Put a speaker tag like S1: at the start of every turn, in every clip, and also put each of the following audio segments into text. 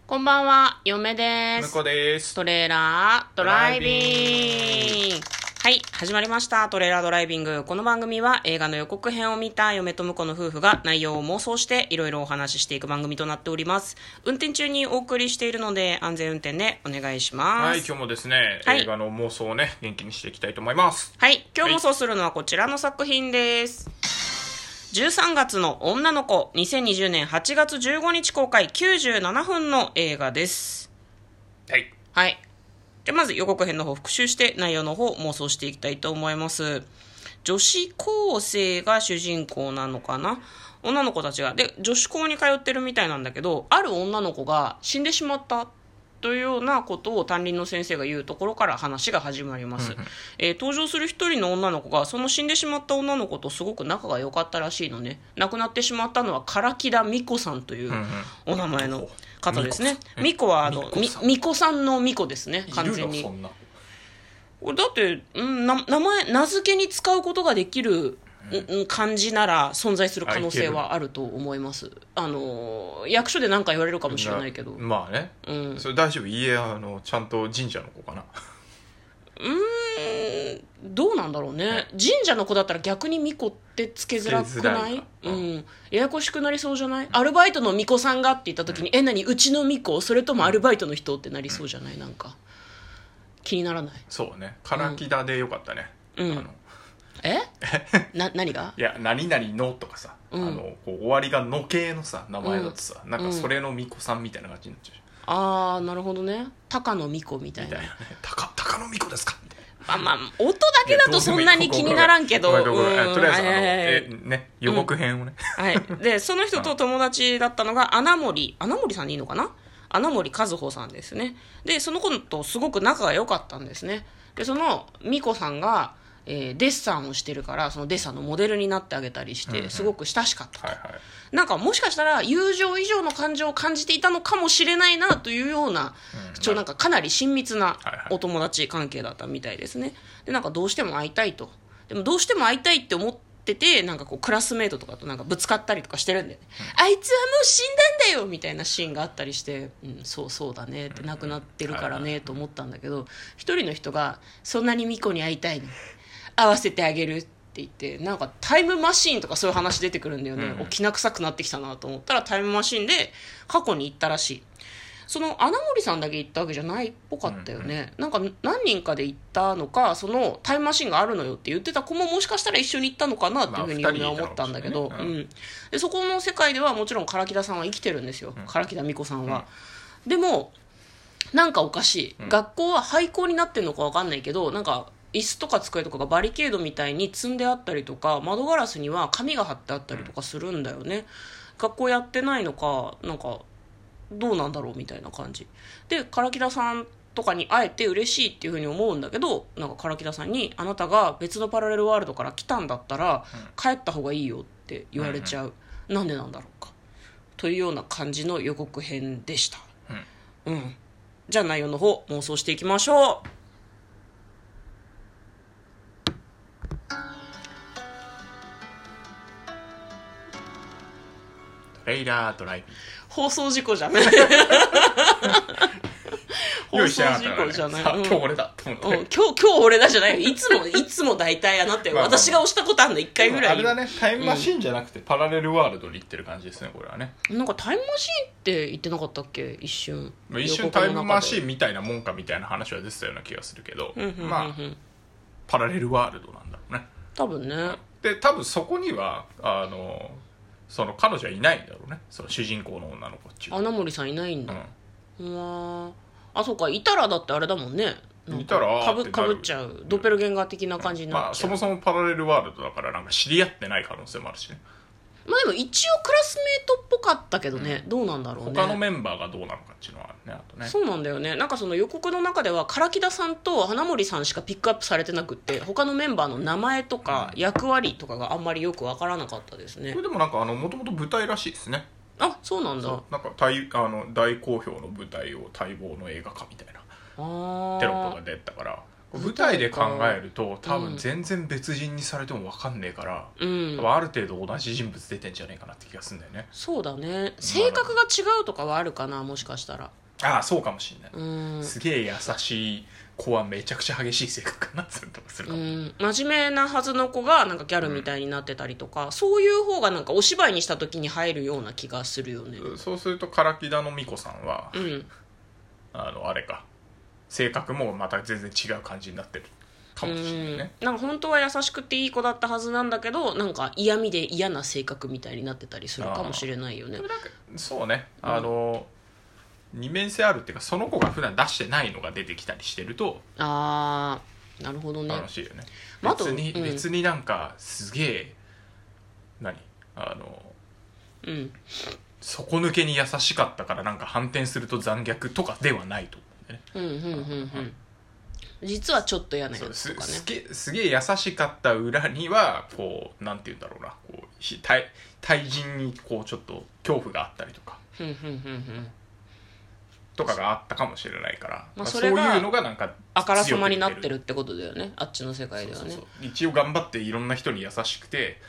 S1: こんばんは、嫁です。
S2: 向こうです。
S1: トレーラードライビング。はい、始まりました。トレーラードライビング。この番組は映画の予告編を見た嫁と婿の夫婦が内容を妄想していろいろお話ししていく番組となっております。運転中にお送りしているので安全運転でお願いします。
S2: はい、今日もですね、
S1: はい、
S2: 映画の妄想をね、元気にしていきたいと思います。
S1: はい、今日妄想するのはこちらの作品です。13月の女の子、2020年8月15日公開97分の映画です。
S2: はい。
S1: はい。で、まず予告編の方を復習して内容の方を妄想していきたいと思います。女子高生が主人公なのかな？女の子たちが。で、女子校に通ってるみたいなんだけど、ある女の子が死んでしまったというようなことを担任の先生が言うところから話が始まります。登場する一人の女の子がその死んでしまった女の子とすごく仲が良かったらしいのね。亡くなってしまったのは唐木田美子さんというお名前の方ですね。美子は美子さんの美子ですね、完全に。だって、名付けに使うことができる漢字なら存在する可能性はあると思います。役所で何か言われるかもしれないけど。
S2: まあね、それ大丈夫？ちゃんと神社の子かな。
S1: どうなんだろうね。神社の子だったら逆に巫女ってつけづらくない？ややこしくなりそうじゃない？アルバイトの巫女さんがって言った時に、何うちの巫女それともアルバイトの人ってなりそうじゃない？なんか気にならない？
S2: そうね、唐木田でよかったね。
S1: 何が？
S2: いや、何々のとかさ、こう終わりがの系のさ名前だとさ、なんかそれの巫女さんみたいな感じになっちゃう。
S1: ああ、なるほどね。高野巫女みたいな。
S2: 高野巫女ですかみたい
S1: な。音だけだとそんなに気にならんけど。
S2: とりあえず予告編をね。
S1: はい。で、その人と友達だったのが穴森さんでいいのかな？穴森和穂さんですね。で、その子とすごく仲が良かったんですね。で、その巫女さんが、デッサンをしてるから、そのデッサンのモデルになってあげたりして、すごく親しかったと。なんかもしかしたら友情以上の感情を感じていたのかもしれないなというような、なんかかなり親密なお友達関係だったみたいですね。で、なんかどうしても会いたいと。でもどうしても会いたいって思ってて、なんかこうクラスメートとかとなんかぶつかったりとかしてるんで、あいつはもう死んだんだよみたいなシーンがあったりして、そうだねって亡くなってるからねと思ったんだけど、一人の人がそんなに巫女に会いたいの？会わせてあげるって言って、なんかタイムマシーンとかそういう話出てくるんだよね。きな臭くなってきたなと思ったらタイムマシーンで過去に行ったらしい。その穴森さんだけ行ったわけじゃないっぽかったよね。なんか何人かで行ったのか、そのタイムマシーンがあるのよって言ってた子ももしかしたら一緒に行ったのかなっていうふうには思ったんだけど、でそこの世界ではもちろん唐木田さんは生きてるんですよ。唐木田美子さんは。でもなんかおかしい。学校は廃校になってんのか分かんないけど、なんか椅子とか机とかがバリケードみたいに積んであったりとか、窓ガラスには紙が貼ってあったりとかするんだよね。学校やってないのか、なんかどうなんだろうみたいな感じで、唐木田さんとかに会えて嬉しいっていう風に思うんだけど、なんか唐木田さんにあなたが別のパラレルワールドから来たんだったら帰った方がいいよって言われちゃう。なんでなんだろうかというような感じの予告編でした。じゃあ内容の方妄想していきましょう。
S2: トレイラードライビング。
S1: 放送事故じゃない放送事故じゃない。
S2: 今日俺だと思って、
S1: 今日俺だじゃないよ。いつも大体あなたよ。私が押したことあるの1回ぐらい。
S2: あれだね、タイムマシーンじゃなくてパラレルワールドに行ってる感じですね、これはね。
S1: なんかタイムマシーンって言ってなかったっけ？一瞬
S2: タイムマシーンみたいなもんかみたいな話は出てたような気がするけど、まあパラレルワールドなんだろうね、
S1: 多分ね。
S2: で多分そこにはその彼女はいないんだろうね、その主人公の女の子っちゅう。
S1: 穴森さんいないんだ。あ、そうか、いたらだってあれだもんね。
S2: いたら
S1: かぶっちゃう、ドッペルゲンガー的な感じになっちゃう。
S2: そもそもパラレルワールドだからなんか知り合ってない可能性もあるしね。
S1: まあでも一応クラスメートっぽかったけどね、どうなんだろうね。
S2: 他のメンバーがどうなのかっていうのはね、あとね。
S1: そうなんだよね。なんかその予告の中では唐木田さんと花森さんしかピックアップされてなくって、他のメンバーの名前とか役割とかがあんまりよくわからなかったですね。
S2: これでもなんかもともと舞台らしいですね。
S1: あ、そうなんだ。
S2: なんか大好評の舞台を待望の映画化みたいなテロップが出たから、 舞台で考えると多分全然別人にされても分かんねえから、
S1: うん、
S2: 多分ある程度同じ人物出てんじゃねえかなって気がするんだよね。
S1: そうだね。性格が違うとかはあるかな、もしかしたら。
S2: ああ、そうかもしれない、
S1: うん、
S2: すげえ優しい子はめちゃくちゃ激しい性格になってたりとかするかも、
S1: 真面目なはずの子がなんかギャルみたいになってたりとか、そういう方がなんかお芝居にした時に入るような気がするよね。
S2: そうすると唐木田の美子さんは、
S1: うん、
S2: あれか、性格もまた全然違う感じになってるかもしれないね。
S1: なんか本当は優しくていい子だったはずなんだけど、なんか嫌味で嫌な性格みたいになってたりするかもしれないよね。
S2: なんかそうね、二面性あるっていうか、その子が普段出してないのが出てきたりしてると、
S1: なるほどね。
S2: 楽しいよね。
S1: まあ、
S2: 別になんかすげえ底抜けに優しかったからなんか反転すると残虐とかではないと思うんだよね。
S1: 実はちょっと嫌なやつとかね。
S2: すげえ優しかった裏にはこうなんて言うんだろうな、こう対人にこうちょっと恐怖があったりとかとかがあったかもしれないから、
S1: まあ、それが
S2: そういうのがなんか
S1: あからさまになってるってことだよね、あっちの世界ではね。
S2: そう一応頑張っていろんな人に優しくて、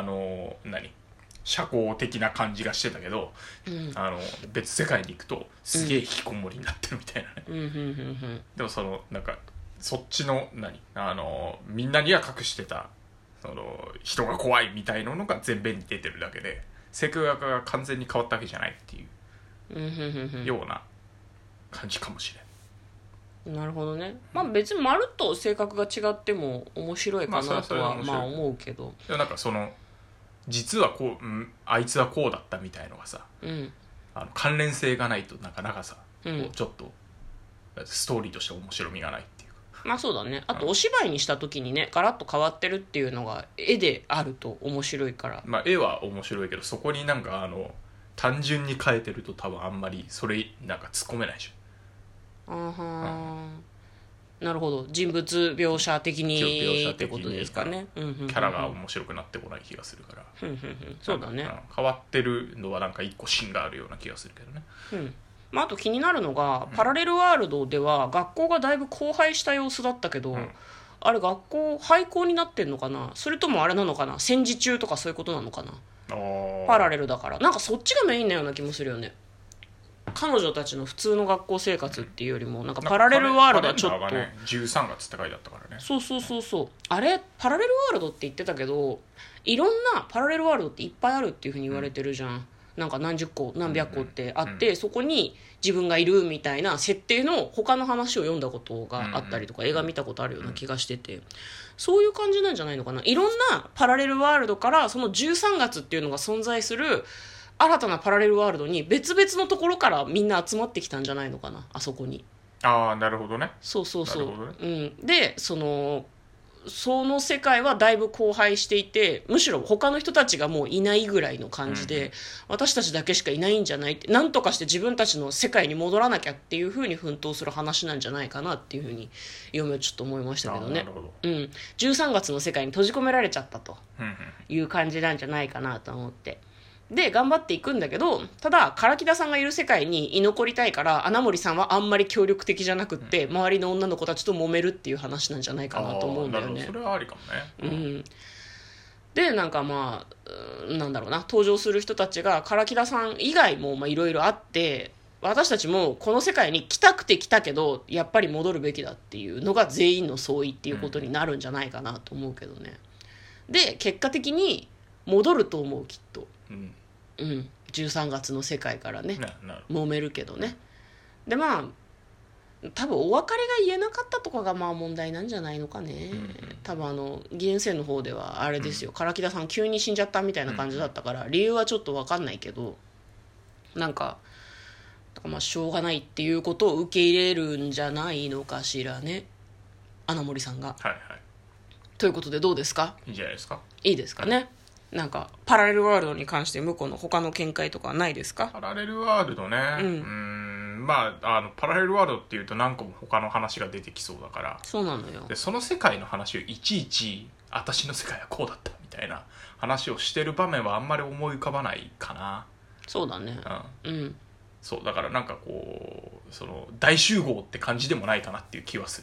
S2: 社交的な感じがしてたけど、別世界に行くとすげえ引きこもりになってるみたいなね、でもそのなんかそっちのみんなには隠してた人が怖いみたいなのが全面に出てるだけで、性格が完全に変わったわけじゃないっていうような感じかもしれん。
S1: なるほどね。まあ別にまるっと性格が違っても面白いかなとはまあ思うけど、
S2: でもなんか実はこう、あいつはこうだったみたいのがさ、関連性がないとなかなかさ、こうちょっとストーリーとして面白みがないっていうか。
S1: まあそうだね。あとお芝居にした時にね、ガラッと変わってるっていうのが絵であると面白いから。
S2: まあ絵は面白いけど、そこになんか単純に変えてると多分あんまりそれなんか突っ込めないでしょ。
S1: なるほど。人物描写的にってことですかね。
S2: キャラが面白くなってこない気がするから。
S1: そうだね。
S2: 変わってるのはなんか一個芯があるような気がするけどね。
S1: まあ、あと気になるのが、パラレルワールドでは学校がだいぶ荒廃した様子だったけど、あれ学校廃校になってんのかな、それともあれなのかな、戦時中とかそういうことなのかな。パラレルだからなんかそっちがメインなような気もするよね。彼女たちの普通の学校生活っていうよりもなんかパラレルワールドはちょっと、
S2: 13月って書いてあったからね。
S1: そうあれパラレルワールドって言ってたけど、いろんなパラレルワールドっていっぱいあるっていうふうに言われてるじゃん、なんか何十個何百個ってあって、そこに自分がいるみたいな設定の他の話を読んだことがあったりとか、映画見たことあるような気がしてて、そういう感じなんじゃないのかな。いろんなパラレルワールドからその13月っていうのが存在する新たなパラレルワールドに別々のところからみんな集まってきたんじゃないのかな、あそこに。
S2: ああ、なるほどね。
S1: そう、でその世界はだいぶ荒廃していて、むしろ他の人たちがもういないぐらいの感じで、私たちだけしかいないんじゃないって、なんとかして自分たちの世界に戻らなきゃっていう風に奮闘する話なんじゃないかなっていう風に読めちょっと思いましたけどね。13月の世界に閉じ込められちゃったという感じなんじゃないかなと思って、で頑張っていくんだけど、ただ唐木田さんがいる世界に居残りたいから穴守さんはあんまり協力的じゃなくって、周りの女の子たちと揉めるっていう話なんじゃないかなと思うんだよね。
S2: それはありかもね。
S1: でなんかまあなんだろうな、登場する人たちが唐木田さん以外もいろいろあって、私たちもこの世界に来たくて来たけどやっぱり戻るべきだっていうのが全員の相違っていうことになるんじゃないかなと思うけどね。で結果的に戻ると思う、きっと。13月の世界からね揉めるけどね。でまあ多分お別れが言えなかったとかがまあ問題なんじゃないのかね。多分義援生の方ではあれですよ、唐木田さん急に死んじゃったみたいな感じだったから、理由はちょっと分かんないけど、なんかまあしょうがないっていうことを受け入れるんじゃないのかしらね、穴守さんが。ということでどうですか。
S2: いいんじゃないですか。
S1: いいですかね。なんかパラレルワールドに関して向こうの他の見解とかはないですか。
S2: パラレルワールドね、まあパラレルワールドっていうと何個も他の話が出てきそうだから。
S1: そうなのよ。
S2: でその世界の話をいちいち私の世界はこうだったみたいな話をしてる場面はあんまり思い浮かばないかな。
S1: そうだね。
S2: そうだからなんかこう大集合って感じでもないかなっていう気はする。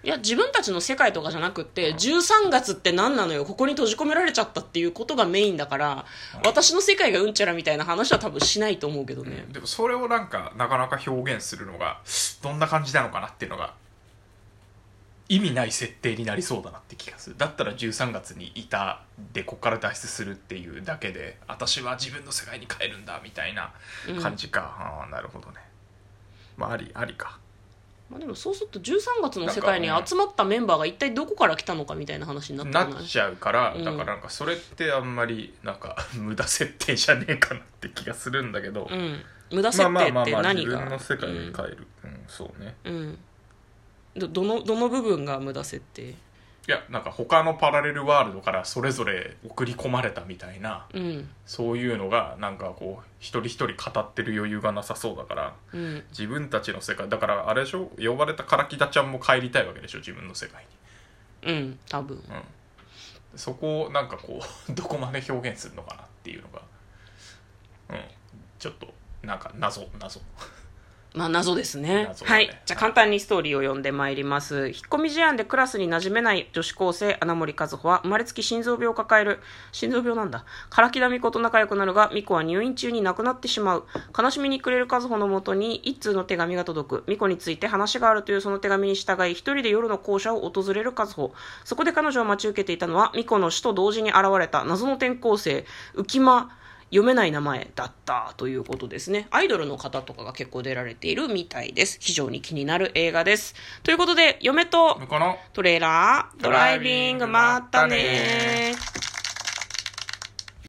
S1: いや、自分たちの世界とかじゃなくって、13月って何なのよ、ここに閉じ込められちゃったっていうことがメインだから、私の世界がうんちゃらみたいな話は多分しないと思うけどね。
S2: でもそれをなんかなかなか表現するのがどんな感じなのかなっていうのが意味ない設定になりそうだなって気がする。だったら13月にいたでここから脱出するっていうだけで、私は自分の世界に帰るんだみたいな感じか。ああ、なるほどね。まあありか。
S1: まあ、でもそうすると13月の世界に集まったメンバーが一体どこから来たのかみたいな話になって
S2: なっちゃうから、だからなんかそれってあんまりなんか無駄設定じゃねえかなって気がするんだけど、
S1: 無駄設定って何が、
S2: 自分の世界に帰る、そうね、
S1: どの部分が無駄設定？
S2: いや、なんか他のパラレルワールドからそれぞれ送り込まれたみたいな、そういうのがなんかこう一人一人語ってる余裕がなさそうだから、自分たちの世界だから、あれでしょ、呼ばれた唐木田ちゃんも帰りたいわけでしょ、自分の世界
S1: に。多分、
S2: そこをなんかこうどこまで表現するのかなっていうのが、ちょっとなんか謎
S1: まあ謎ですね。
S2: 謎だね。
S1: はい。じゃあ簡単にストーリーを読んでまいります。引っ込み思案でクラスに馴染めない女子高生、穴森和穂は生まれつき心臓病を抱える。心臓病なんだ。唐木田美子と仲良くなるが、美子は入院中に亡くなってしまう。悲しみに暮れる和穂のもとに一通の手紙が届く。美子について話があるというその手紙に従い、一人で夜の校舎を訪れる和穂。そこで彼女を待ち受けていたのは、美子の死と同時に現れた謎の転校生、浮間読めない名前だったということですね。アイドルの方とかが結構出られているみたいです。非常に気になる映画です。ということで、嫁とトレーラードライビング、またねー。